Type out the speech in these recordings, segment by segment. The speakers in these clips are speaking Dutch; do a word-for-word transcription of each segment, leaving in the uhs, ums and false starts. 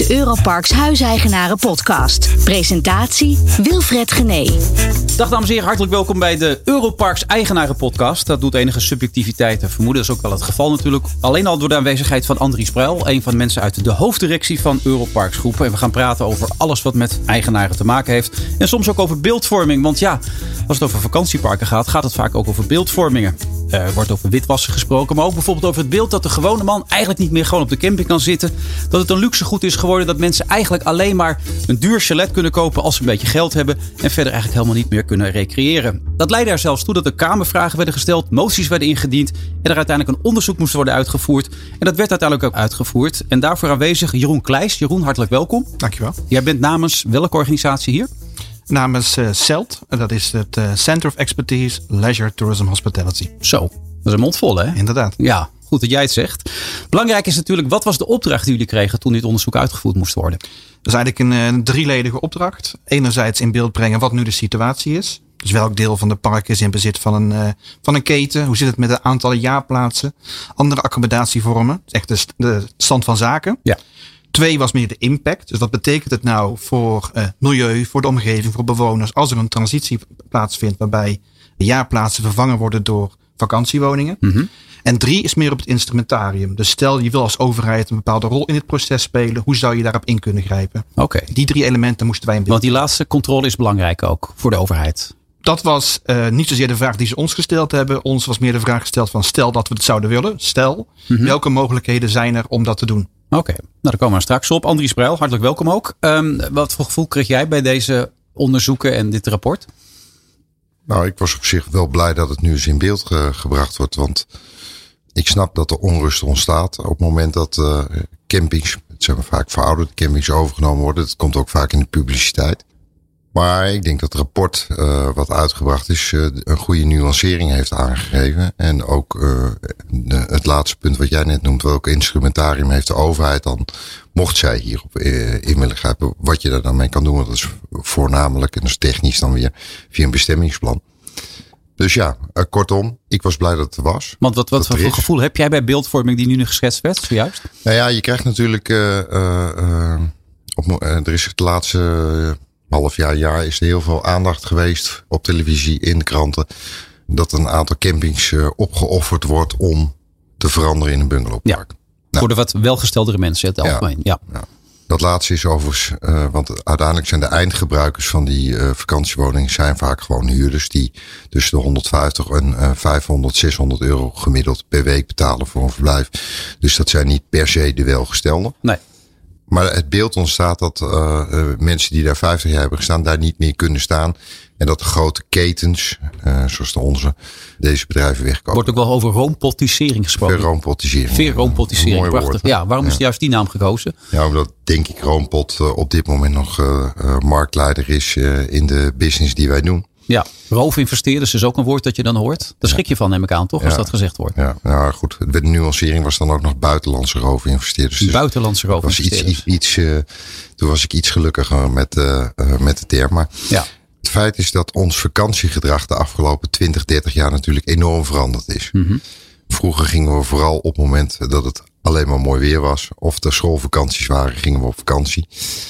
de Europarks Huiseigenaren podcast. Presentatie Wilfred Genee. Dag dames en heren, hartelijk welkom bij de Europarks Eigenaren podcast. Dat doet enige subjectiviteit te vermoeden. Dat is ook wel het geval natuurlijk. Alleen al door de aanwezigheid van Andries Pruil, een van de mensen uit de hoofddirectie van Europarks Groep. En we gaan praten over alles wat met eigenaren te maken heeft. En soms ook over beeldvorming. Want ja, als het over vakantieparken gaat, gaat het vaak ook over beeldvormingen. Er wordt over witwassen gesproken, maar ook bijvoorbeeld over het beeld dat de gewone man eigenlijk niet meer gewoon op de camping kan zitten. Dat het een luxegoed is geworden, dat mensen eigenlijk alleen maar een duur chalet kunnen kopen als ze een beetje geld hebben en verder eigenlijk helemaal niet meer kunnen recreëren. Dat leidde er zelfs toe dat er kamervragen werden gesteld, moties werden ingediend en er uiteindelijk een onderzoek moest worden uitgevoerd. En dat werd uiteindelijk ook uitgevoerd. En daarvoor aanwezig Jeroen Kleijs. Jeroen, hartelijk welkom. Dankjewel. Jij bent namens welke organisatie hier? Namens uh, C E L T, dat is het uh, Center of Expertise Leisure Tourism Hospitality. Zo, dat is een mond vol, hè? Inderdaad. Ja, goed dat jij het zegt. Belangrijk is natuurlijk, wat was de opdracht die jullie kregen toen dit onderzoek uitgevoerd moest worden? Dat is eigenlijk een, een drieledige opdracht. Enerzijds in beeld brengen wat nu de situatie is. Dus welk deel van de park is in bezit van een, uh, van een keten? Hoe zit het met de aantallen jaarplaatsen? Andere accommodatievormen. Dat is echt de, de stand van zaken. Ja. Twee was meer de impact. Dus wat betekent het nou voor uh, milieu, voor de omgeving, voor bewoners, als er een transitie plaatsvindt waarbij de jaarplaatsen vervangen worden door vakantiewoningen. Mm-hmm. En drie is meer op het instrumentarium. Dus stel je wil als overheid een bepaalde rol in het proces spelen. Hoe zou je daarop in kunnen grijpen? Oké. Okay. Die drie elementen moesten wij in beeld. Want die laatste controle is belangrijk ook voor de overheid. Dat was uh, niet zozeer de vraag die ze ons gesteld hebben. Ons was meer de vraag gesteld van stel dat we het zouden willen. Stel, mm-hmm. welke mogelijkheden zijn er om dat te doen? Oké, okay. Nou daar komen we straks op. Andries Pruil, hartelijk welkom ook. Um, wat voor gevoel kreeg jij bij deze onderzoeken en dit rapport? Nou, ik was op zich wel blij dat het nu eens in beeld ge- gebracht wordt. Want ik snap dat er onrust ontstaat op het moment dat uh, campings, het zijn vaak verouderde campings, overgenomen worden. Dat komt ook vaak in de publiciteit. Maar ik denk dat het rapport uh, wat uitgebracht is uh, een goede nuancering heeft aangegeven. En ook uh, de, het laatste punt wat jij net noemt, welk instrumentarium heeft de overheid dan, mocht zij hierop uh, in willen grijpen, wat je daar dan mee kan doen. Want dat is voornamelijk, en dat is technisch dan weer, via een bestemmingsplan. Dus ja, uh, kortom, ik was blij dat het er was. Want wat, wat voor is. gevoel heb jij bij beeldvorming die nu geschetst werd, zojuist? Nou ja, je krijgt natuurlijk, uh, uh, uh, op, uh, er is het laatste uh, half jaar, jaar is er heel veel aandacht geweest op televisie, in de kranten, dat een aantal campings uh, opgeofferd wordt om te veranderen in een bungalowpark. Ja, nou, voor de wat welgesteldere mensen, het algemeen. Ja, ja. Ja. Dat laatste is overigens, uh, want uiteindelijk zijn de eindgebruikers van die uh, vakantiewoningen zijn vaak gewoon huurders die tussen de honderdvijftig en uh, vijfhonderd, zeshonderd euro gemiddeld per week betalen voor een verblijf. Dus dat zijn niet per se de welgestelden. Nee. Maar het beeld ontstaat dat uh, uh, mensen die daar vijftig jaar hebben gestaan daar niet meer kunnen staan. En dat de grote ketens, uh, zoals de onze, deze bedrijven wegkomen. Wordt ook wel over roompotisering gesproken. Verroompotisering. Verroompotisering, mooi prachtig. Woord, ja, waarom ja. is juist die naam gekozen? Ja, omdat denk ik Roompot uh, op dit moment nog uh, uh, marktleider is uh, in de business die wij doen. Ja, roofinvesteerders is ook een woord dat je dan hoort. Daar schrik je van, neem ik aan, toch, als ja. dat gezegd wordt. Ja, nou goed. De nuancering was dan ook nog buitenlandse roofinvesteerders. Dus buitenlandse roofinvesteerders. Was iets, iets, iets, uh, toen was ik iets gelukkiger met, uh, uh, met de term. Maar ja. Het feit is dat ons vakantiegedrag de afgelopen twintig, dertig jaar natuurlijk enorm veranderd is. Mm-hmm. Vroeger gingen we vooral op het moment dat het alleen maar mooi weer was, of er schoolvakanties waren, gingen we op vakantie.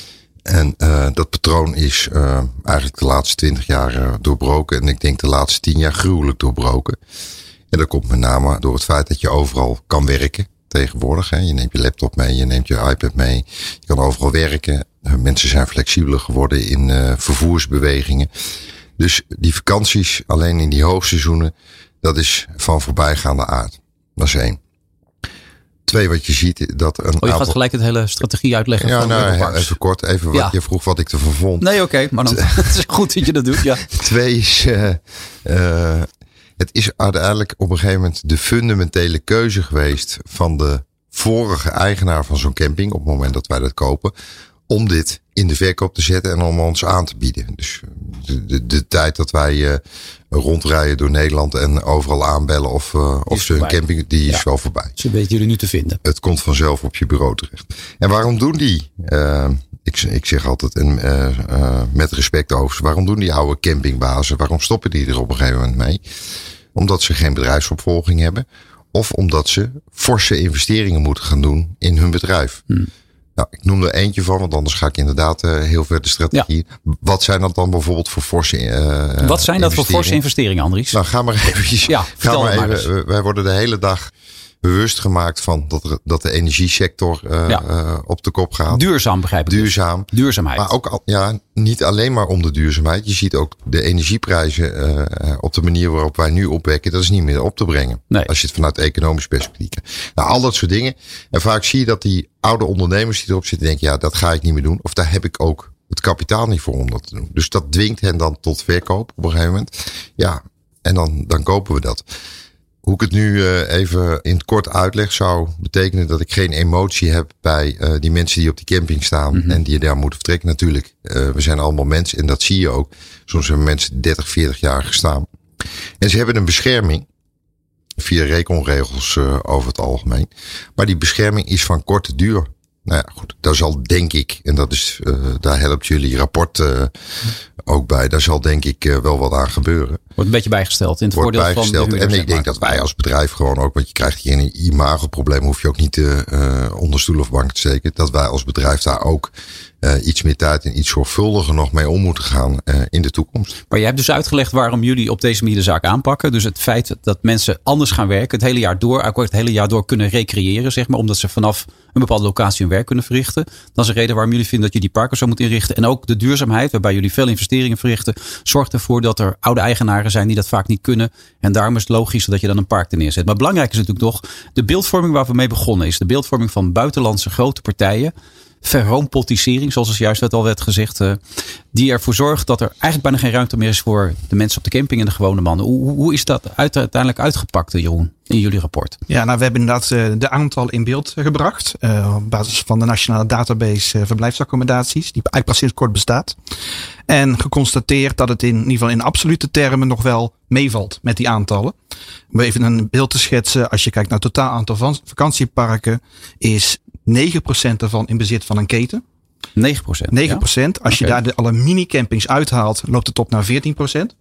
En uh, dat patroon is uh, eigenlijk de laatste twintig jaar uh, doorbroken. En ik denk de laatste tien jaar gruwelijk doorbroken. En dat komt met name door het feit dat je overal kan werken tegenwoordig. Hè. Je neemt je laptop mee, je neemt je iPad mee. Je kan overal werken. Uh, mensen zijn flexibeler geworden in uh, vervoersbewegingen. Dus die vakanties, alleen in die hoogseizoenen, dat is van voorbijgaande aard. Dat is één. Twee, wat je ziet, dat een oh, je aantal... gaat gelijk het hele strategie uitleggen. Ja, van nou, even kort, even wat ja. je vroeg wat ik ervan vond. Nee, oké, okay, maar dan het is goed dat je dat doet, ja. Twee is, uh, uh, het is uiteindelijk op een gegeven moment de fundamentele keuze geweest van de vorige eigenaar van zo'n camping, op het moment dat wij dat kopen, om dit in de verkoop te zetten en om ons aan te bieden. Dus de, de, de tijd dat wij uh, rondrijden door Nederland en overal aanbellen of, uh, of ze een camping, die is ja. wel voorbij. Ze weten jullie nu te vinden. Het komt vanzelf op je bureau terecht. En waarom doen die, uh, ik, ik zeg altijd en, uh, uh, met respect over, waarom doen die oude campingbazen, waarom stoppen die er op een gegeven moment mee? Omdat ze geen bedrijfsopvolging hebben of omdat ze forse investeringen moeten gaan doen in hun bedrijf. Hmm. Nou, ik noem er eentje van, want anders ga ik inderdaad uh, heel ver de strategie. Ja. Wat zijn dat dan bijvoorbeeld voor forse uh, Wat zijn dat voor forse investeringen, Andries? Nou, ga maar eventjes. Ja, ga maar maar even. Wij worden de hele dag bewust gemaakt van dat, er, dat de energiesector uh, ja. uh, op de kop gaat. Duurzaam, begrijp ik. Duurzaam. Dus. Duurzaamheid. Maar ook al, ja, niet alleen maar om de duurzaamheid. Je ziet ook de energieprijzen uh, op de manier waarop wij nu opwekken. Dat is niet meer op te brengen. Nee. Als je het vanuit economisch perspectief kijkt. Nou, al dat soort dingen. En vaak zie je dat die oude ondernemers die erop zitten denken, ja, dat ga ik niet meer doen. Of daar heb ik ook het kapitaal niet voor om dat te doen. Dus dat dwingt hen dan tot verkoop op een gegeven moment. Ja, en dan, dan kopen we dat. Hoe ik het nu uh, even in het kort uitleg zou betekenen dat ik geen emotie heb bij uh, die mensen die op die camping staan mm-hmm. en die daar moeten vertrekken. Natuurlijk, uh, we zijn allemaal mensen en dat zie je ook. Soms hebben mensen dertig, veertig jaar gestaan. En ze hebben een bescherming via reconregels uh, over het algemeen. Maar die bescherming is van korte duur. Nou ja, goed, daar zal denk ik, en dat is, uh, daar helpt jullie rapport uh, ook bij, daar zal denk ik uh, wel wat aan gebeuren. Wordt een beetje bijgesteld in het Wordt voordeel bijgesteld. van de En huurder, ik denk dat wij als bedrijf gewoon ook, want je krijgt hier een imagoprobleem, hoef je ook niet uh, onder stoel of bank te steken, dat wij als bedrijf daar ook uh, iets meer tijd en iets zorgvuldiger nog mee om moeten gaan uh, in de toekomst. Maar je hebt dus uitgelegd waarom jullie op deze manier de zaak aanpakken. Dus het feit dat mensen anders gaan werken, het hele jaar door, ook het hele jaar door kunnen recreëren, zeg maar, omdat ze vanaf een bepaalde locatie hun werk kunnen verrichten. Dat is een reden waarom jullie vinden dat je die parken zo moet inrichten. En ook de duurzaamheid, waarbij jullie veel investeringen verrichten, zorgt ervoor dat er oude eigenaren zijn die dat vaak niet kunnen. En daarom is het logisch dat je dan een park er neerzet. Maar belangrijk is natuurlijk toch de beeldvorming waar we mee begonnen is. De beeldvorming van buitenlandse grote partijen. Verroompotisering, zoals het juist al werd gezegd. Uh, die ervoor zorgt dat er eigenlijk bijna geen ruimte meer is voor de mensen op de camping en de gewone mannen. Hoe, hoe is dat uit, uiteindelijk uitgepakt, Jeroen, in jullie rapport? Ja, nou, we hebben inderdaad uh, de aantal in beeld uh, gebracht. Uh, op basis van de nationale database uh, verblijfsaccommodaties. Die eigenlijk pas sinds kort bestaat. En geconstateerd dat het in, in ieder geval in absolute termen nog wel meevalt met die aantallen. Om even een beeld te schetsen. Als je kijkt naar het totaal aantal van vakantieparken is negen procent ervan in bezit van een keten. negen procent? negen procent. Ja? Als okay. je daar de, alle mini-campings uithaalt, loopt het op naar veertien procent.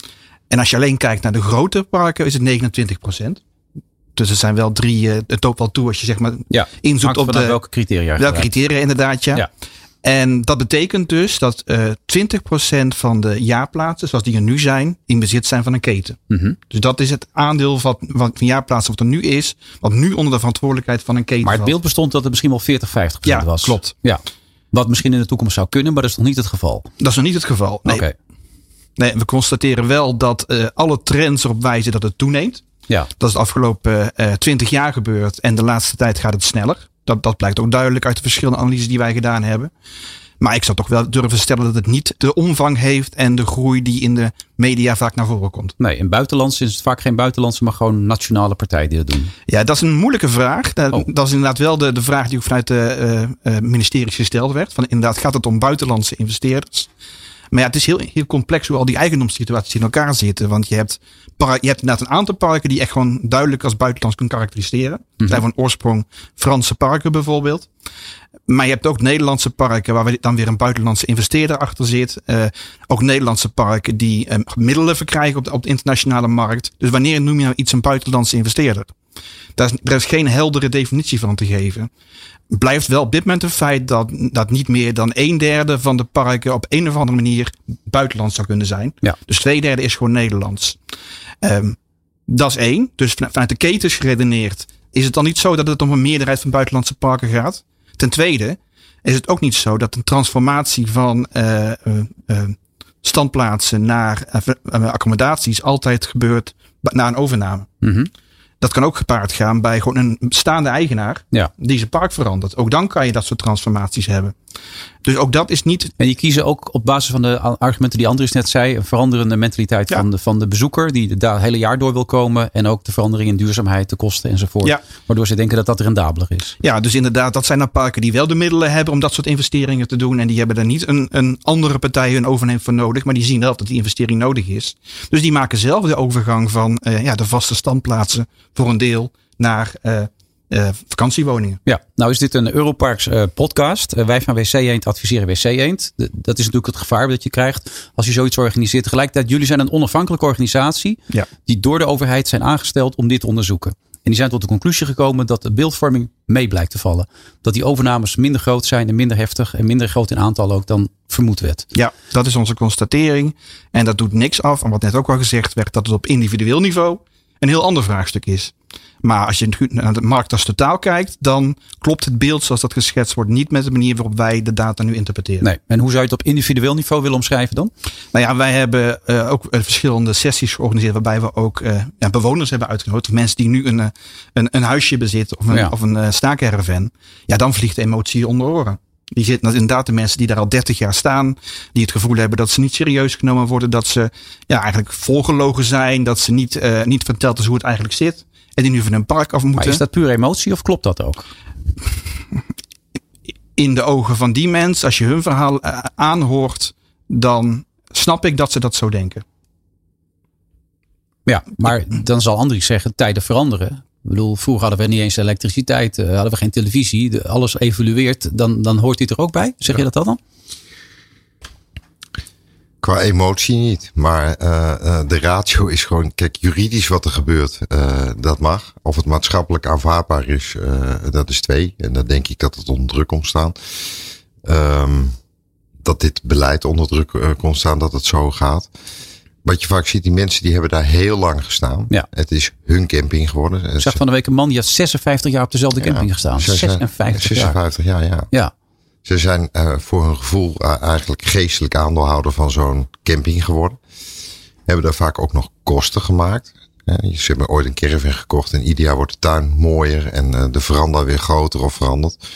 En als je alleen kijkt naar de grote parken, is het negenentwintig procent. Dus er zijn wel drie, uh, het loopt wel toe als je zeg maar ja, inzoekt op de welke criteria. Welke criteria inderdaad, ja. ja. En dat betekent dus dat uh, twintig procent van de jaarplaatsen, zoals die er nu zijn, in bezit zijn van een keten. Mm-hmm. Dus dat is het aandeel van, van jaarplaatsen wat er nu is, wat nu onder de verantwoordelijkheid van een keten Maar het valt. beeld bestond dat het misschien wel veertig, vijftig procent ja, was. Klopt. Ja, wat misschien in de toekomst zou kunnen, maar dat is nog niet het geval. Dat is nog niet het geval. Nee. Okay. Nee, we constateren wel dat uh, alle trends erop wijzen dat het toeneemt. Ja. Dat is de afgelopen twintig uh, jaar gebeurd en de laatste tijd gaat het sneller. Dat, dat blijkt ook duidelijk uit de verschillende analyses die wij gedaan hebben. Maar ik zou toch wel durven stellen dat het niet de omvang heeft en de groei die in de media vaak naar voren komt. Nee, in buitenlandse is het vaak geen buitenlandse, maar gewoon nationale partij die dat doen. Ja, dat is een moeilijke vraag. Dat, oh. dat is inderdaad wel de, de vraag die ook vanuit de uh, uh, ministeries gesteld werd. Van inderdaad, gaat het om buitenlandse investeerders? Maar ja, het is heel, heel complex hoe al die eigendomssituaties in elkaar zitten. Want je hebt, je hebt inderdaad een aantal parken die echt gewoon duidelijk als buitenlands kunnen karakteriseren. Mm-hmm. Zijn van oorsprong Franse parken bijvoorbeeld. Maar je hebt ook Nederlandse parken waar dan weer een buitenlandse investeerder achter zit. Uh, ook Nederlandse parken die uh, middelen verkrijgen op de, op de internationale markt. Dus wanneer noem je nou iets een buitenlandse investeerder? Daar is, daar is geen heldere definitie van te geven. Blijft wel op dit moment een feit dat, dat niet meer dan een derde van de parken op een of andere manier buitenlands zou kunnen zijn. Ja. Dus twee derde is gewoon Nederlands. Um, dat is één. Dus vanuit de ketens geredeneerd is het dan niet zo dat het om een meerderheid van buitenlandse parken gaat. Ten tweede is het ook niet zo dat een transformatie van uh, uh, uh, standplaatsen naar uh, accommodaties altijd gebeurt na een overname. Mm-hmm. Dat kan ook gepaard gaan bij gewoon een bestaande eigenaar ja. die zijn park verandert. Ook dan kan je dat soort transformaties hebben. Dus ook dat is niet... En je kiezen ook op basis van de argumenten die Andries net zei, een veranderende mentaliteit ja. van, de, van de bezoeker die daar het hele jaar door wil komen. En ook de verandering in duurzaamheid, de kosten enzovoort. Ja. Waardoor ze denken dat dat rendabeler is. Ja, dus inderdaad, dat zijn dan parken die wel de middelen hebben om dat soort investeringen te doen. En die hebben er niet een, een andere partij hun overneemt voor nodig. Maar die zien wel dat die investering nodig is. Dus die maken zelf de overgang van uh, ja, de vaste standplaatsen voor een deel naar... Uh, Uh, vakantiewoningen. Ja, nou is dit een Europarks uh, podcast. Uh, wij van W C Eend adviseren W C Eend. De, dat is natuurlijk het gevaar dat je krijgt als je zoiets organiseert. Tegelijkertijd, jullie zijn een onafhankelijke organisatie ja. die door de overheid zijn aangesteld om dit te onderzoeken. die zijn tot de conclusie gekomen dat de beeldvorming mee blijkt te vallen. Dat die overnames minder groot zijn en minder heftig en minder groot in aantal ook dan vermoed werd. Ja, dat is onze constatering. En dat doet niks af aan wat net ook al gezegd werd, dat het op individueel niveau een heel ander vraagstuk is. Maar als je naar de markt als totaal kijkt, dan klopt het beeld zoals dat geschetst wordt niet met de manier waarop wij de data nu interpreteren. Nee. En hoe zou je het op individueel niveau willen omschrijven dan? Nou ja, wij hebben uh, ook uh, verschillende sessies georganiseerd waarbij we ook uh, ja, bewoners hebben uitgenodigd. Of mensen die nu een, uh, een, een huisje bezitten of een, ja. of een uh, staakerven. Ja, dan vliegt de emotie onder oren. Die zitten inderdaad de mensen die daar al dertig jaar staan. Die het gevoel hebben dat ze niet serieus genomen worden. Dat ze ja, eigenlijk volgelogen zijn. Dat ze niet, uh, niet verteld is hoe het eigenlijk zit. En die nu van een park af moeten. Maar is dat puur emotie of klopt dat ook? In de ogen van die mensen, als je hun verhaal uh, aanhoort, dan snap ik dat ze dat zo denken. Ja, maar dan zal Andries zeggen, tijden veranderen. Ik bedoel, vroeger hadden we niet eens elektriciteit, uh, hadden we geen televisie. De, alles evolueert, dan, dan hoort dit er ook bij. Zeg ja. je dat dan? Qua emotie niet. Maar uh, uh, de ratio is gewoon, kijk, juridisch wat er gebeurt, uh, dat mag. Of het maatschappelijk aanvaardbaar is, uh, dat is twee. En dan denk ik dat het onder druk komt staan. Um, dat dit beleid onder druk uh, komt staan, dat het zo gaat. Wat je vaak ziet, die mensen die hebben daar heel lang gestaan. Ja. Het is hun camping geworden. Ik zag van de week een man die had zesenvijftig jaar op dezelfde camping ja, gestaan. zesenvijftig, zesenvijftig jaar. jaar, ja. Ja. Ze zijn uh, voor hun gevoel uh, eigenlijk geestelijk aandeelhouder van zo'n camping geworden. Hebben daar vaak ook nog kosten gemaakt. Ja, ze hebben ooit een caravan gekocht en ieder jaar wordt de tuin mooier en uh, de veranda weer groter of veranderd.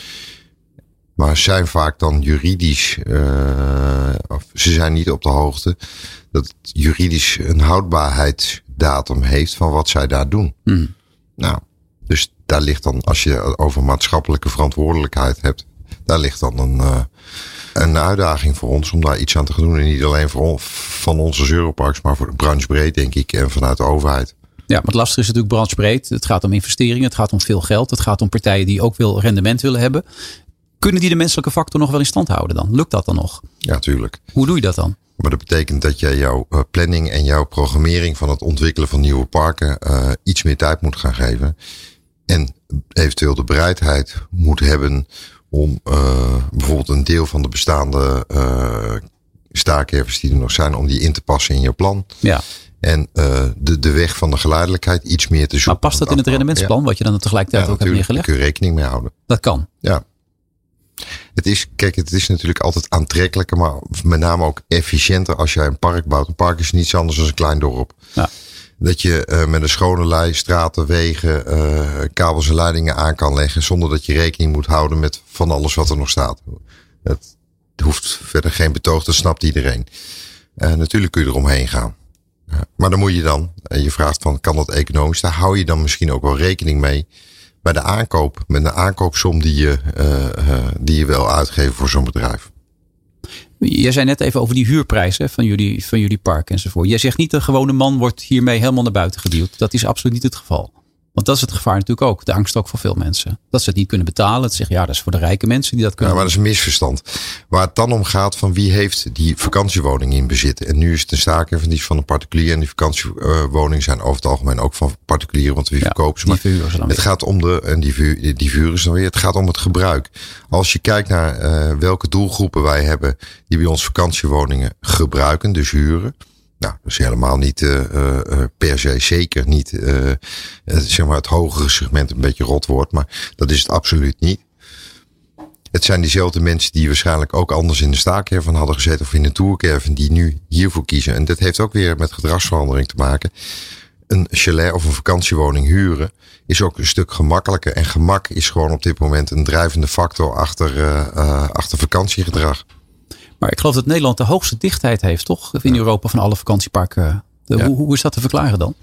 Maar zijn vaak dan juridisch, uh, of ze zijn niet op de hoogte dat het juridisch een houdbaarheidsdatum heeft van wat zij daar doen. Mm. Nou, dus daar ligt dan, als je over maatschappelijke verantwoordelijkheid hebt, daar ligt dan een, uh, een uitdaging voor ons om daar iets aan te gaan doen. En niet alleen voor on, van onze Europarks, maar voor de branchebreed, denk ik, en vanuit de overheid. Ja, maar het lastige is natuurlijk branchebreed. Het gaat om investeringen, het gaat om veel geld. Het gaat om partijen die ook veel rendement willen hebben. Kunnen die de menselijke factor nog wel in stand houden dan? Lukt dat dan nog? Ja, tuurlijk. Hoe doe je dat dan? Maar dat betekent dat jij jouw planning en jouw programmering van het ontwikkelen van nieuwe parken uh, iets meer tijd moet gaan geven. En eventueel de bereidheid moet hebben om uh, bijvoorbeeld een deel van de bestaande uh, staakervens die er nog zijn, om die in te passen in je plan. Ja. En uh, de, de weg van de geleidelijkheid iets meer te zoeken. Maar past dat in het rendementsplan, ja. wat je dan tegelijkertijd ja, ook hebt neergelegd? Daar kun je rekening mee houden. Dat kan. Ja. Het is, kijk, het is natuurlijk altijd aantrekkelijker, maar met name ook efficiënter als jij een park bouwt. Een park is niets anders dan een klein dorp. Ja. Dat je uh, met een schone lei straten, wegen, uh, kabels en leidingen aan kan leggen zonder dat je rekening moet houden met van alles wat er nog staat. Het hoeft verder geen betoog, dat snapt iedereen. Uh, natuurlijk kun je eromheen gaan. Uh, maar dan moet je dan, uh, je vraagt van kan dat economisch, daar hou je dan misschien ook wel rekening mee bij de aankoop, met de aankoopsom die je, uh, uh, die je wil uitgeven voor zo'n bedrijf. Jij zei net even over die huurprijs hè, van, jullie, van jullie park enzovoort. Jij zegt niet de gewone man wordt hiermee helemaal naar buiten geduwd. Dat is absoluut niet het geval. Want dat is het gevaar natuurlijk ook. De angst ook voor veel mensen. Dat ze het niet kunnen betalen. Dat ze zeggen ja, dat is voor de rijke mensen die dat kunnen. Ja, maar dat is een misverstand. Waar het dan om gaat van wie heeft die vakantiewoning in bezit. En nu is het een staakerven die is van een particulier. En die vakantiewoningen zijn over het algemeen ook van particulieren. Want wie ja, verkopen ze. Maar het weer. gaat om de, en die, vuur, die vuren ze dan weer. Het gaat om het gebruik. Als je kijkt naar uh, welke doelgroepen wij hebben die bij ons vakantiewoningen gebruiken. Dus huren. Nou, dat is helemaal niet uh, uh, per se zeker niet uh, uh, zeg maar het hogere segment een beetje rot wordt. Maar dat is het absoluut niet. Het zijn diezelfde mensen die waarschijnlijk ook anders in de staakerven hadden gezeten of in de tourkerven die nu hiervoor kiezen. En dat heeft ook weer met gedragsverandering te maken. Een chalet of een vakantiewoning huren is ook een stuk gemakkelijker. En gemak is gewoon op dit moment een drijvende factor achter, uh, uh, achter vakantiegedrag. Maar ik geloof dat Nederland de hoogste dichtheid heeft, toch? In Europa van alle vakantieparken. De, ja. hoe, hoe is dat te verklaren dan?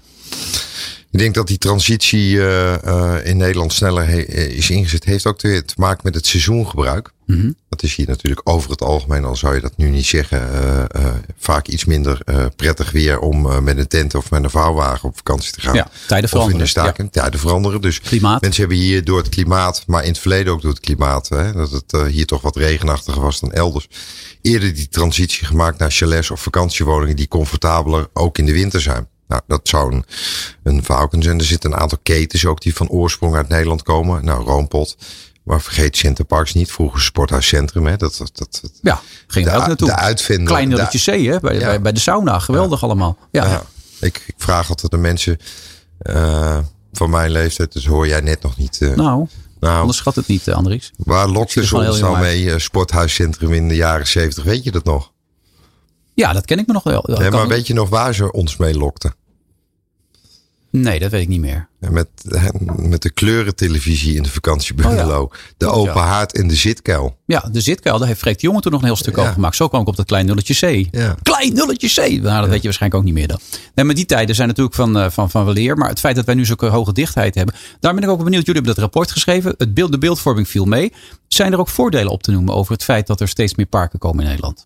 Ik denk dat die transitie uh, uh, in Nederland sneller he, is ingezet. Heeft ook te, te maken met het seizoengebruik. Mm-hmm. Dat is hier natuurlijk over het algemeen, al zou je dat nu niet zeggen, uh, uh, vaak iets minder uh, prettig weer om uh, met een tent of met een vouwwagen op vakantie te gaan. Ja, tijden veranderen. Of in de staking. Ja. Tijden veranderen. Dus klimaat. Mensen hebben hier door het klimaat, maar in het verleden ook door het klimaat, hè, dat het uh, hier toch wat regenachtiger was dan elders. Eerder die transitie gemaakt naar chalets of vakantiewoningen die comfortabeler ook in de winter zijn. Nou, dat zou een, een verhaal kunnen zijn. Er zitten een aantal ketens ook die van oorsprong uit Nederland komen. Nou, Roompot. Maar vergeet Centerparks niet. Vroeger Sporthuiscentrum. Hè. Dat, dat, dat, ja, ging er ook naartoe. De uitvinder. Klein nulletje C, hè? Bij, ja. bij, bij de sauna. Geweldig ja. allemaal. Ja. Ja. Ik, ik vraag altijd de mensen uh, van mijn leeftijd. Dus hoor jij net nog niet. Uh, nou, nou, onderschat het niet, Andries. Waar lokte ze ons nou mee? Uh, Sporthuiscentrum in de jaren zeventig. Weet je dat nog? Ja, dat ken ik me nog wel. Ja, maar weet je nog waar ze ons mee lokten? Nee, dat weet ik niet meer. Met, met de kleurentelevisie in de vakantiebungalow. Oh ja. De Klopt, open ja. haard en de zitkuil. Ja, de zitkuil. Daar heeft Freek de Jonge toen nog een heel stuk ja. over gemaakt. Zo kwam ik op dat klein nulletje C. Ja. Klein nulletje C. Nou, dat ja. weet je waarschijnlijk ook niet meer dan. Nee, maar die tijden zijn natuurlijk van, van, van weleer. Maar het feit dat wij nu zulke hoge dichtheid hebben. Daar ben ik ook benieuwd. Jullie hebben dat rapport geschreven. Het beeld, de beeldvorming viel mee. Zijn er ook voordelen op te noemen over het feit dat er steeds meer parken komen in Nederland?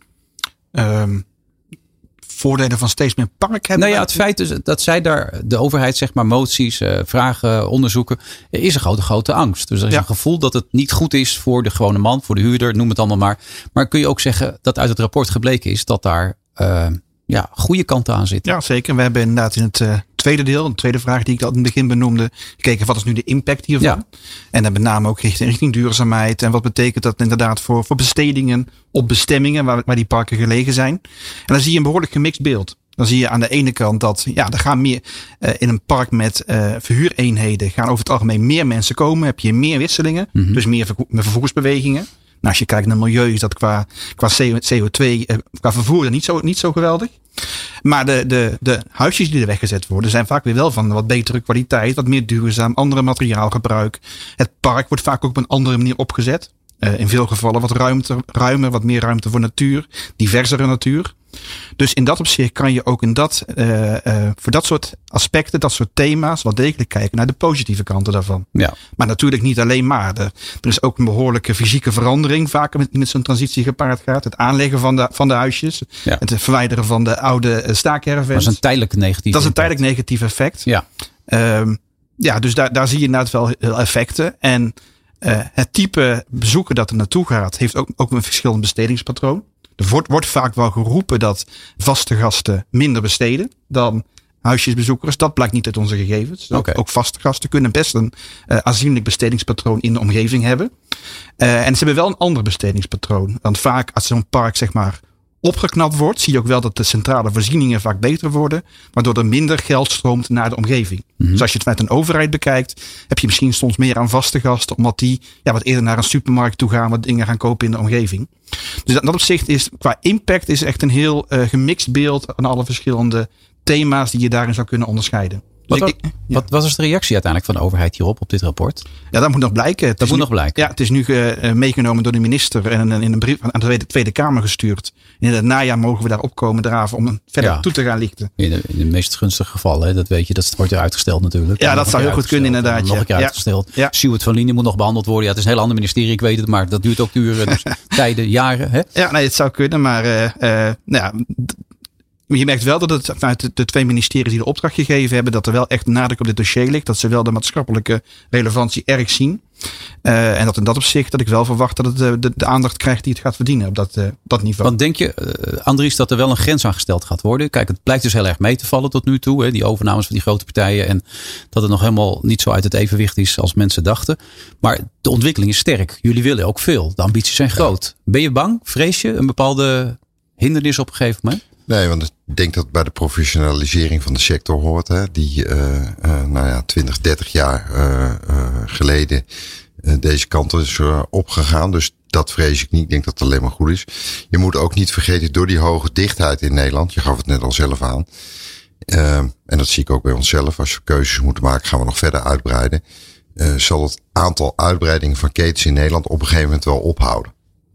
Um. Voordelen van steeds meer park hebben. Nou ja, het feit dus dat zij daar, de overheid zeg maar moties, uh, vragen, onderzoeken, is een grote, grote angst. Dus er is ja. een gevoel dat het niet goed is voor de gewone man, voor de huurder, noem het allemaal maar. Maar kun je ook zeggen dat uit het rapport gebleken is dat daar uh, ja, goede kanten aan zitten? Ja, zeker. We hebben inderdaad in het uh, tweede deel, de tweede vraag die ik al in het begin benoemde, gekeken wat is nu de impact hiervan. Ja. En dan met name ook richting, richting duurzaamheid. En wat betekent dat inderdaad voor, voor bestedingen op bestemmingen waar, waar die parken gelegen zijn. En dan zie je een behoorlijk gemixt beeld. Dan zie je aan de ene kant dat ja, er gaan meer uh, in een park met uh, verhuureenheden gaan over het algemeen meer mensen komen. Heb je meer wisselingen, mm-hmm. dus meer verko- vervoersbewegingen. Nou, als je kijkt naar milieu is dat qua, qua C O twee, uh, qua vervoer niet zo, niet zo geweldig. Maar de, de, de huisjes die er weggezet worden zijn vaak weer wel van wat betere kwaliteit, wat meer duurzaam, andere materiaalgebruik. Het park wordt vaak ook op een andere manier opgezet. Uh, in veel gevallen wat ruimte, ruimer, wat meer ruimte voor natuur, diversere natuur. Dus in dat opzicht kan je ook in dat, uh, uh, voor dat soort aspecten, dat soort thema's, wel degelijk kijken naar de positieve kanten daarvan. Ja. Maar natuurlijk niet alleen maar. Er, er is ook een behoorlijke fysieke verandering, vaak met, met zo'n transitie gepaard gaat. Het aanleggen van de, van de huisjes, ja. het verwijderen van de oude staakervens. Dat is een tijdelijk negatief Dat is een tijdelijk negatief effect. Ja, um, ja dus daar, daar zie je inderdaad wel effecten. En uh, het type bezoeker dat er naartoe gaat, heeft ook, ook een verschillend bestedingspatroon. Er wordt, wordt vaak wel geroepen dat vaste gasten minder besteden dan huisjesbezoekers. Dat blijkt niet uit onze gegevens. Okay. Ook, ook vaste gasten kunnen best een uh, aanzienlijk bestedingspatroon in de omgeving hebben. Uh, en ze hebben wel een ander bestedingspatroon. Want vaak als zo'n park zeg maar opgeknapt wordt, zie je ook wel dat de centrale voorzieningen vaak beter worden, waardoor er minder geld stroomt naar de omgeving. Mm-hmm. Dus als je het vanuit een overheid bekijkt, heb je misschien soms meer aan vaste gasten, omdat die ja, wat eerder naar een supermarkt toe gaan, wat dingen gaan kopen in de omgeving. Dus dat, dat opzicht is, qua impact is echt een heel uh, gemixt beeld aan alle verschillende thema's die je daarin zou kunnen onderscheiden. Wat, dus ik, ik, ja. wat was de reactie uiteindelijk van de overheid hierop, op dit rapport? Ja, dat moet nog blijken. Het dat moet nu, nog blijken. Ja, het is nu uh, meegenomen door de minister en in een brief aan de Tweede, Tweede Kamer gestuurd. In het najaar mogen we daar opkomen draven om verder ja. toe te gaan lichten. In de, in de meest gunstige gevallen, dat weet je, dat wordt er uitgesteld natuurlijk. Ja, dat zou heel goed kunnen inderdaad. Nog een keer ja. uitgesteld. Ja. Stuart van Lienen moet nog behandeld worden. Ja, het is een heel ander ministerie, ik weet het, maar dat duurt ook duren. Dus tijden, jaren. Hè? Ja, nee, het zou kunnen, maar uh, uh, nou ja... Je merkt wel dat het vanuit de twee ministeries die de opdracht gegeven hebben, dat er wel echt nadruk op dit dossier ligt. Dat ze wel de maatschappelijke relevantie erg zien. Uh, en dat in dat opzicht dat ik wel verwacht dat het de, de, de aandacht krijgt die het gaat verdienen op dat, uh, dat niveau. Want denk je, uh, Andries, dat er wel een grens aan gesteld gaat worden? Kijk, het blijkt dus heel erg mee te vallen tot nu toe. Hè, die overnames van die grote partijen. En dat het nog helemaal niet zo uit het evenwicht is als mensen dachten. Maar de ontwikkeling is sterk. Jullie willen ook veel. De ambities zijn groot. Ben je bang? Vrees je een bepaalde hindernis op een gegeven moment? Nee, want ik denk dat het bij de professionalisering van de sector hoort. Hè, die uh, uh, nou ja, twintig, dertig jaar uh, uh, geleden uh, deze kant is uh, opgegaan. Dus dat vrees ik niet. Ik denk dat het alleen maar goed is. Je moet ook niet vergeten, door die hoge dichtheid in Nederland, je gaf het net al zelf aan. Uh, en dat zie ik ook bij onszelf. Als we keuzes moeten maken, gaan we nog verder uitbreiden. Uh, zal het aantal uitbreidingen van ketens in Nederland op een gegeven moment wel ophouden.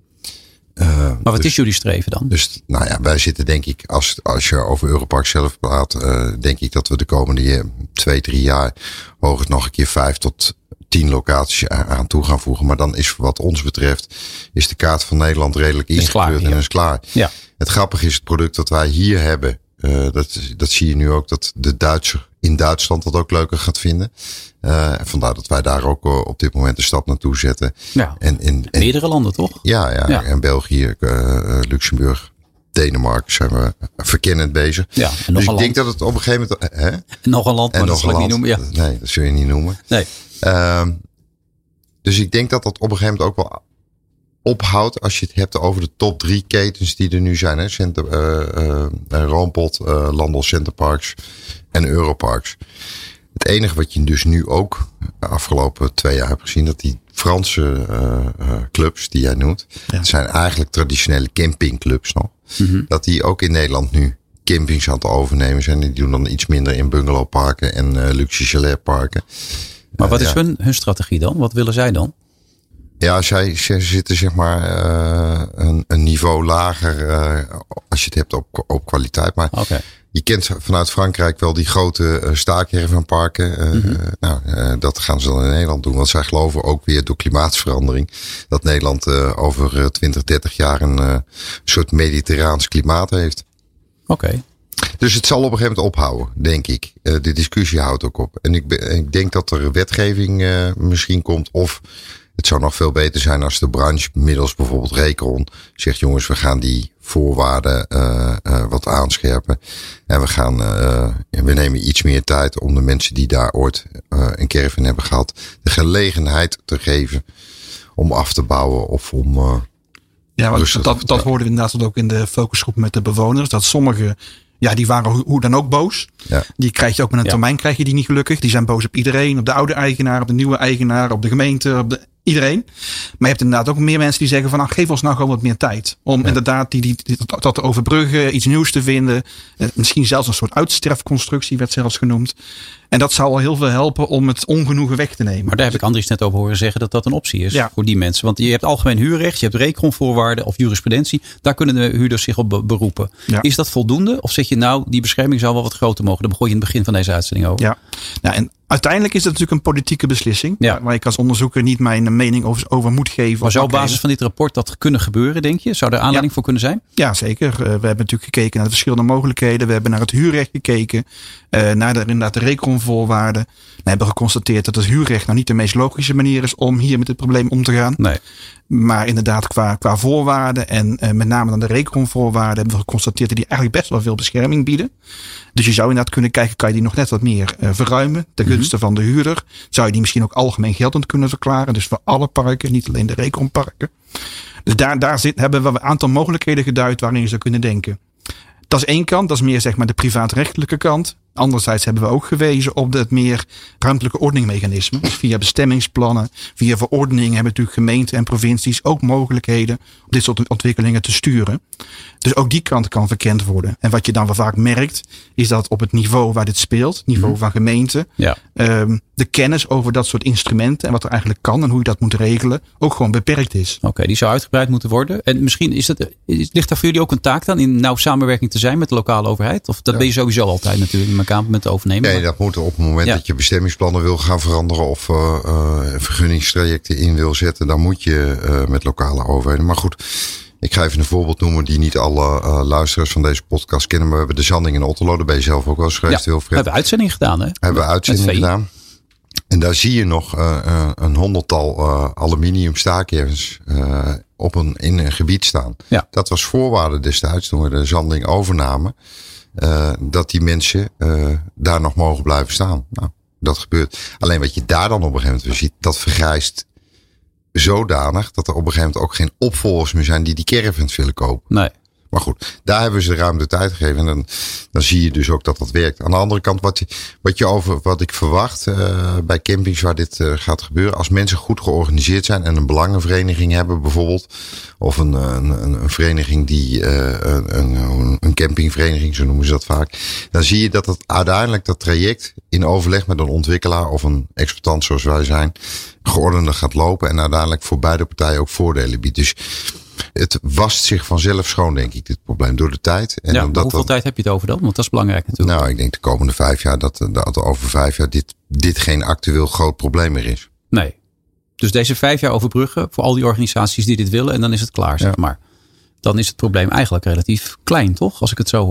Uh, maar wat dus, is jullie streven dan? Dus nou ja, wij zitten denk ik, als, als je over Europark zelf praat, uh, denk ik dat we de komende twee, drie jaar hooguit nog een keer vijf tot tien locaties aan toe gaan voegen. Maar dan is wat ons betreft, is de kaart van Nederland redelijk ingekleurd en is klaar. Ja. Het grappige is, het product dat wij hier hebben, uh, dat, dat zie je nu ook, dat de Duitser in Duitsland dat ook leuker gaat vinden. Uh, vandaar dat wij daar ook uh, op dit moment de stap naartoe zetten. Ja. En, en, en, en meerdere landen toch? Ja, ja, ja. En België, uh, Luxemburg, Denemarken zijn we verkennend bezig. Ja, en nog dus ik een denk land. dat het op een gegeven moment... Hè? En nog een land, maar en dat nog zal een ik land. niet noemen. Ja. Nee, dat zul je niet noemen. Nee. Um, dus ik denk dat dat op een gegeven moment ook wel ophoudt als je het hebt over de top drie ketens die er nu zijn. Hè? Center, uh, uh, Roompot, uh, Landel Centerparks en Europarks. Het enige wat je dus nu ook de afgelopen twee jaar hebt gezien, dat die Franse uh, uh, clubs die jij noemt, ja. Het zijn eigenlijk traditionele campingclubs nog. Mm-hmm. Dat die ook in Nederland nu campings aan het overnemen zijn. Die doen dan iets minder in bungalowparken en uh, luxe chaletparken. Maar wat uh, is ja. hun, hun strategie dan? Wat willen zij dan? Ja, zij, zij zitten zeg maar uh, een, een niveau lager uh, als je het hebt op, op kwaliteit. Maar okay. Je kent vanuit Frankrijk wel die grote uh, staakervenparken. Uh, mm-hmm. Nou, uh, dat gaan ze dan in Nederland doen. Want zij geloven ook weer door klimaatsverandering dat Nederland uh, over uh, twintig, dertig jaar een uh, soort mediterraans klimaat heeft. Oké. Okay. Dus het zal op een gegeven moment ophouden, denk ik. Uh, de discussie houdt ook op. En ik, ik denk dat er wetgeving uh, misschien komt of... Het zou nog veel beter zijn als de branche middels bijvoorbeeld Recron zegt, jongens, we gaan die voorwaarden uh, uh, wat aanscherpen. En we gaan, uh, we nemen iets meer tijd om de mensen die daar ooit uh, een caravan hebben gehad, de gelegenheid te geven om af te bouwen of om... Uh, ja, maar dat, dat, dat hoorden we inderdaad ook in de focusgroep met de bewoners. Dat sommige, ja, die waren hoe dan ook boos. Ja. Die krijg je ook met een termijn, krijg je die niet gelukkig. Die zijn boos op iedereen, op de oude eigenaar, op de nieuwe eigenaar, op de gemeente, op de... Iedereen. Maar je hebt inderdaad ook meer mensen die zeggen van, nou, geef ons nou gewoon wat meer tijd. Om ja. inderdaad die, die, die, dat te overbruggen, iets nieuws te vinden. Eh, misschien zelfs een soort uitsterfconstructie werd zelfs genoemd. En dat zou al heel veel helpen om het ongenoegen weg te nemen. Maar daar heb ik Andries net over horen zeggen dat dat een optie is ja. voor die mensen. Want je hebt algemeen huurrecht, je hebt Recron-voorwaarden of jurisprudentie. Daar kunnen de huurders zich op beroepen. Ja. Is dat voldoende? Of zeg je nou, die bescherming zou wel wat groter mogen? Daar begon je in het begin van deze uitzending over. Ja, nou, en uiteindelijk is het natuurlijk een politieke beslissing. Ja. Waar ik als onderzoeker niet mijn mening over, over moet geven. Maar zou op basis van dit rapport dat kunnen gebeuren, denk je? Zou er aanleiding ja. voor kunnen zijn? Ja, zeker. Uh, we hebben natuurlijk gekeken naar de verschillende mogelijkheden. We hebben naar het huurrecht gekeken. Uh, naar de, inderdaad de Recron-voorwaarden. We hebben geconstateerd dat het huurrecht nou niet de meest logische manier is om hier met dit probleem om te gaan. Nee. Maar inderdaad qua, qua voorwaarden en uh, met name dan de Recron-voorwaarden hebben we geconstateerd dat die eigenlijk best wel veel bescherming bieden. Dus je zou inderdaad kunnen kijken, kan je die nog net wat meer uh, verruimen ten gunste mm-hmm. van de huurder. Zou je die misschien ook algemeen geldend kunnen verklaren. Dus voor alle parken, niet alleen de Recron-parken. Dus daar, daar zit, hebben we een aantal mogelijkheden geduid waarin je zou kunnen denken. Dat is één kant, dat is meer zeg maar de privaatrechtelijke kant. Anderzijds hebben we ook gewezen op het meer ruimtelijke ordeningmechanisme. Dus via bestemmingsplannen, via verordeningen hebben natuurlijk gemeenten en provincies ook mogelijkheden om dit soort ontwikkelingen te sturen. Dus ook die kant kan verkend worden. En wat je dan wel vaak merkt, is dat op het niveau waar dit speelt, niveau van gemeenten, ja. um, de kennis over dat soort instrumenten en wat er eigenlijk kan en hoe je dat moet regelen, ook gewoon beperkt is. Oké, okay, die zou uitgebreid moeten worden. En misschien is dat, ligt daar voor jullie ook een taak dan in nauw samenwerking te zijn met de lokale overheid? Of dat ja. ben je sowieso altijd natuurlijk met elkaar met overnemen? Nee, dat moet op het moment ja. dat je bestemmingsplannen wil gaan veranderen of uh, uh, vergunningstrajecten in wil zetten, dan moet je uh, met lokale overheden. Maar goed, ik ga even een voorbeeld noemen die niet alle uh, luisteraars van deze podcast kennen. Maar we hebben de Zanding in Otterlo, daar ben je zelf ook wel eens geweest, ja, Wilfred. We hebben uitzending gedaan, hè? Hebben we uitzending gedaan. En daar zie je nog uh, uh, een honderdtal uh, aluminium staakervens uh, op een, in een gebied staan. Ja. Dat was voorwaarde destijds toen we de Zanding overnamen. Uh, dat die mensen uh, daar nog mogen blijven staan. Nou, dat gebeurt. Alleen wat je daar dan op een gegeven moment ziet, dat vergrijst zodanig dat er op een gegeven moment ook geen opvolgers meer zijn die die caravans willen kopen. Nee. Maar goed, daar hebben ze ruim de tijd gegeven. En dan, dan zie je dus ook dat dat werkt. Aan de andere kant, wat je, wat je over, wat ik verwacht uh, bij campings waar dit uh, gaat gebeuren. Als mensen goed georganiseerd zijn en een belangenvereniging hebben bijvoorbeeld. Of een, een, een vereniging die, uh, een, een, een campingvereniging, zo noemen ze dat vaak. Dan zie je dat het uiteindelijk dat traject in overleg met een ontwikkelaar of een exploitant zoals wij zijn, geordender gaat lopen. En uiteindelijk voor beide partijen ook voordelen biedt. Dus het wast zich vanzelf schoon, denk ik, dit probleem, door de tijd. En ja, omdat hoeveel dat, tijd heb je het over dan? Want dat is belangrijk natuurlijk. Nou, ik denk de komende vijf jaar dat, dat over vijf jaar dit, dit geen actueel groot probleem meer is. Nee. Dus deze vijf jaar overbruggen voor al die organisaties die dit willen en dan is het klaar, zeg ja. maar. Dan is het probleem eigenlijk relatief klein, toch? Als ik het zo hoor.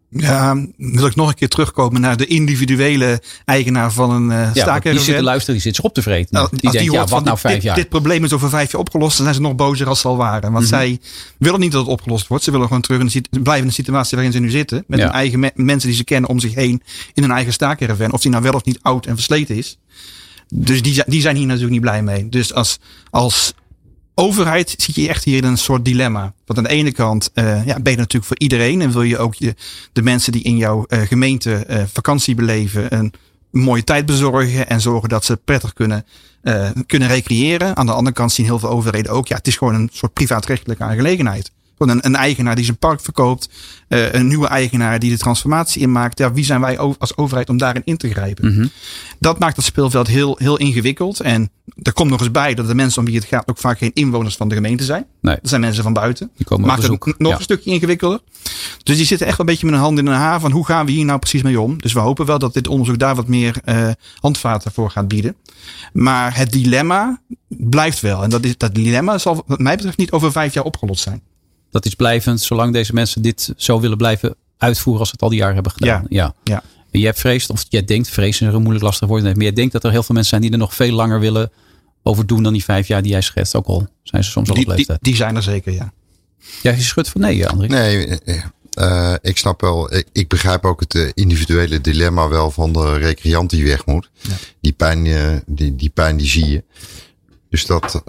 Ja, wil ik nog een keer terugkomen naar de individuele eigenaar van een uh, ja, staakerven. Die zit te luisteren, die zit zich op te vreten. Nou, die als denkt, die ja, wat van, nou vijf dit, jaar? Dit probleem is over vijf jaar opgelost, dan zijn ze nog bozer als ze al waren. Want Mm-hmm. zij willen niet dat het opgelost wordt. Ze willen gewoon terug in de, blijven in de situatie waarin ze nu zitten. Met Ja. hun eigen me- mensen die ze kennen om zich heen in hun eigen staakerven. Of die nou wel of niet oud en versleten is. Dus die, die zijn hier natuurlijk niet blij mee. Dus als, als overheid zit je echt hier in een soort dilemma. Want aan de ene kant uh, ja, ben je natuurlijk voor iedereen. En wil je ook je, de mensen die in jouw uh, gemeente uh, vakantie beleven een mooie tijd bezorgen. En zorgen dat ze prettig kunnen, uh, kunnen recreëren. Aan de andere kant zien heel veel overheden ook. Ja, het is gewoon een soort privaatrechtelijke aangelegenheid. Gewoon een, een eigenaar die zijn park verkoopt. Uh, een nieuwe eigenaar die de transformatie inmaakt. Ja, wie zijn wij als overheid om daarin in te grijpen? Mm-hmm. Dat maakt het speelveld heel, heel ingewikkeld. En er komt nog eens bij dat de mensen om wie het gaat ook vaak geen inwoners van de gemeente zijn. Nee. Dat zijn mensen van buiten. Die komen maakt op het bezoek. nog Ja. een stukje ingewikkelder. Dus die zitten echt wel een beetje met een hand in een haar van hoe gaan we hier nou precies mee om? Dus we hopen wel dat dit onderzoek daar wat meer uh, handvaten voor gaat bieden. Maar het dilemma blijft wel. En dat, is, dat dilemma zal wat mij betreft niet over vijf jaar opgelost zijn. Dat is blijvend, zolang deze mensen dit zo willen blijven uitvoeren als ze het al die jaren hebben gedaan. Ja. ja. Ja. En jij vreest, of jij denkt, vrees is een moeilijk lastig woord, maar jij denkt dat er heel veel mensen zijn die er nog veel langer willen over doen dan die vijf jaar die jij schetst. Ook al zijn ze soms al op Die, die, leeftijd. die zijn er zeker, ja. Ja, je schudt van nee, André. Nee, uh, ik snap wel. Ik, ik begrijp ook het uh, individuele dilemma wel van de recreant die weg moet. Ja. Die pijn, uh, die, die pijn die zie je. Dus dat,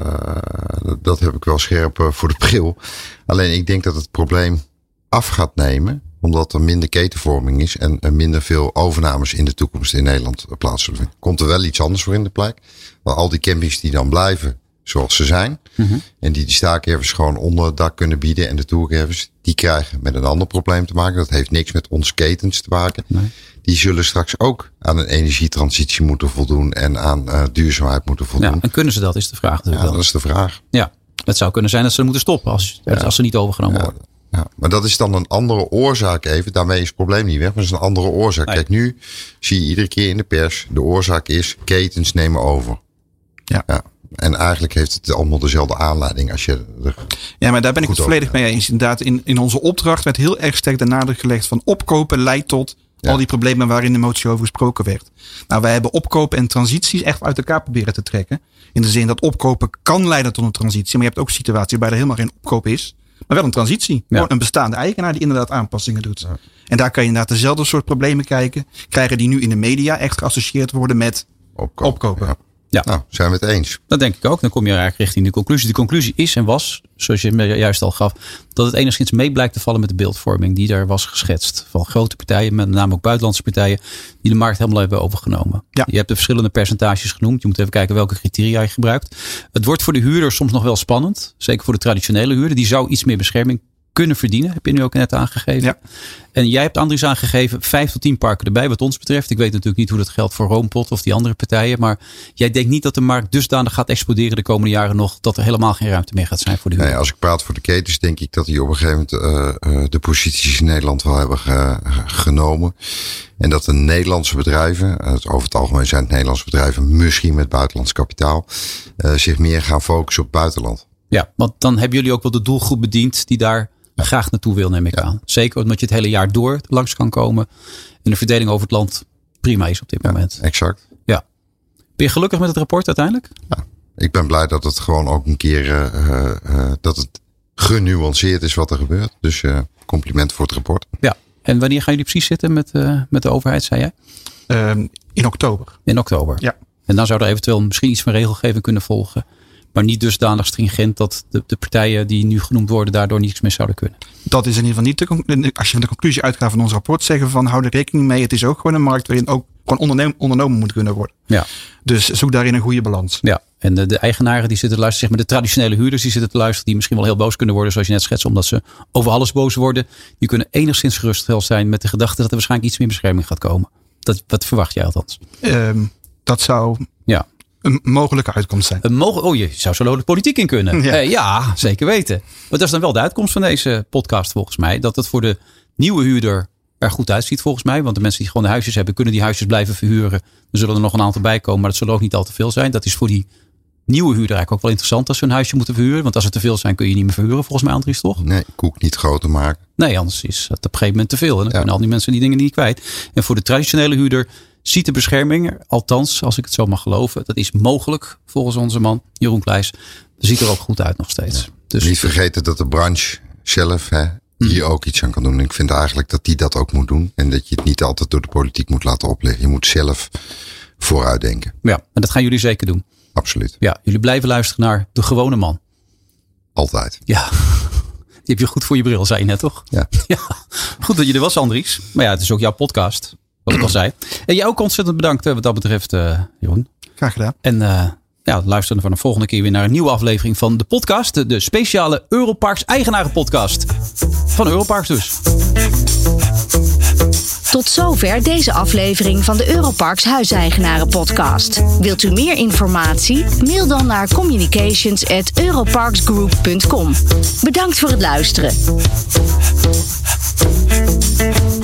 uh, dat heb ik wel scherp uh, voor de bril. Alleen ik denk dat het probleem af gaat nemen. Omdat er minder ketenvorming is. En, en minder veel overnames in de toekomst in Nederland plaatsvinden. Komt er wel iets anders voor in de plek. Want al die campings die dan blijven zoals ze zijn. Mm-hmm. En die die staakervens gewoon onder het dak kunnen bieden. En de toerkervens die krijgen met een ander probleem te maken. Dat heeft niks met onze ketens te maken. Nee. Die zullen straks ook aan een energietransitie moeten voldoen. En aan uh, duurzaamheid moeten voldoen. Ja, en kunnen ze dat, is de vraag. Ja, dat is de vraag. Ja, het zou kunnen zijn dat ze moeten stoppen als, ja. als ze niet overgenomen ja. worden. Ja, maar dat is dan een andere oorzaak even. Daarmee is het probleem niet weg, maar dat is een andere oorzaak. Nee. Kijk, nu zie je iedere keer in de pers. De oorzaak is ketens nemen over. Ja. ja. En eigenlijk heeft het allemaal dezelfde aanleiding als je er. Ja, maar daar ben ik het volledig mee eens. Inderdaad, in, in onze opdracht werd heel erg sterk de nadruk gelegd van opkopen leidt tot ja. al die problemen waar in de motie over gesproken werd. Nou, wij hebben opkopen en transities echt uit elkaar proberen te trekken. In de zin dat opkopen kan leiden tot een transitie. Maar je hebt ook situaties waarbij er helemaal geen opkoop is. Maar wel een transitie. Ja. Een bestaande eigenaar die inderdaad aanpassingen doet. Ja. En daar kan je inderdaad dezelfde soort problemen kijken. Krijgen die nu in de media echt geassocieerd worden met opkopen. opkopen. Ja. Ja. Nou, zijn we het eens? Dat denk ik ook. Dan kom je eigenlijk richting de conclusie. De conclusie is en was, zoals je me juist al gaf, dat het enigszins mee blijkt te vallen met de beeldvorming die daar was geschetst. Van grote partijen, met name ook buitenlandse partijen, die de markt helemaal hebben overgenomen. Ja. Je hebt de verschillende percentages genoemd. Je moet even kijken welke criteria je gebruikt. Het wordt voor de huurder soms nog wel spannend. Zeker voor de traditionele huurder. Die zou iets meer bescherming kunnen verdienen. Heb je nu ook net aangegeven. Ja. En jij hebt Andries aangegeven vijf tot tien parken erbij wat ons betreft. Ik weet natuurlijk niet hoe dat geldt voor Roompot of die andere partijen. Maar jij denkt niet dat de markt dusdanig gaat exploderen de komende jaren nog. Dat er helemaal geen ruimte meer gaat zijn voor de huur. Nee, als ik praat voor de ketens denk ik dat die op een gegeven moment uh, uh, de posities in Nederland wel hebben ge, genomen. En dat de Nederlandse bedrijven, uh, over het algemeen zijn het Nederlandse bedrijven misschien met buitenlands kapitaal, uh, zich meer gaan focussen op het buitenland. Ja, want dan hebben jullie ook wel de doelgroep bediend die daar ja. graag naartoe wil, neem ik ja. aan. Zeker omdat je het hele jaar door langs kan komen. En de verdeling over het land prima is op dit ja, moment. Exact. Ja. Ben je gelukkig met het rapport uiteindelijk? Ja, ik ben blij dat het gewoon ook een keer uh, uh, dat het genuanceerd is wat er gebeurt. Dus uh, compliment voor het rapport. Ja. En wanneer gaan jullie precies zitten met, uh, met de overheid, zei jij? Um, in oktober. In oktober. Ja. En dan zou er eventueel misschien iets van regelgeving kunnen volgen. Maar niet dusdanig stringent dat de, de partijen die nu genoemd worden daardoor niets meer zouden kunnen. Dat is in ieder geval niet de, als je van de conclusie uitgaat van ons rapport, zeggen van hou er rekening mee. Het is ook gewoon een markt waarin ook gewoon ondernemen, ondernomen moet kunnen worden. Ja. Dus zoek daarin een goede balans. Ja. En de, de eigenaren die zitten te luisteren, zeg maar de traditionele huurders die zitten te luisteren, die misschien wel heel boos kunnen worden, zoals je net schetst, omdat ze over alles boos worden. Die kunnen enigszins gerustgesteld zijn met de gedachte dat er waarschijnlijk iets meer bescherming gaat komen. Dat, wat verwacht jij althans? Um, dat zou... Ja. Een mogelijke uitkomst zijn. Een mogen, oh, je zou zo de politiek in kunnen. Ja. Uh, ja, zeker weten. Maar dat is dan wel de uitkomst van deze podcast volgens mij. Dat het voor de nieuwe huurder er goed uitziet volgens mij. Want de mensen die gewoon de huisjes hebben, kunnen die huisjes blijven verhuren. Er zullen er nog een aantal bij komen, maar dat zullen ook niet al te veel zijn. Dat is voor die nieuwe huurder eigenlijk ook wel interessant als ze een huisje moeten verhuren. Want als er te veel zijn kun je niet meer verhuren volgens mij, Andries, toch? Nee, koek niet groter maken. Nee, anders is het op een gegeven moment te veel. En dan Ja. kunnen al die mensen die dingen niet kwijt. En voor de traditionele huurder ziet de bescherming, althans als ik het zo mag geloven, dat is mogelijk volgens onze man Jeroen Kleijs. Ziet er ook goed uit nog steeds. Ja. Dus Niet vergeten dat de branche zelf hè, hier ook iets aan kan doen. Ik vind eigenlijk dat die dat ook moet doen. En dat je het niet altijd door de politiek moet laten opleggen. Je moet zelf vooruitdenken. ja, en dat gaan jullie zeker doen. Absoluut. Ja, jullie blijven luisteren naar de gewone man. Altijd. Ja, die heb je goed voor je bril, zei je net toch? Ja. Ja, goed dat je er was, Andries. Maar ja, het is ook jouw podcast, wat ik al zei. En jij ook ontzettend bedankt wat dat betreft, uh, Jeroen. Graag gedaan. En uh, ja, luister dan van de volgende keer weer naar een nieuwe aflevering van de podcast. De, de speciale Europarks eigenaren podcast. Van Europarks dus. Tot zover deze aflevering van de Europarks Huiseigenaren podcast. Wilt u meer informatie? Mail dan naar communications at europarksgroup punt com. Bedankt voor het luisteren.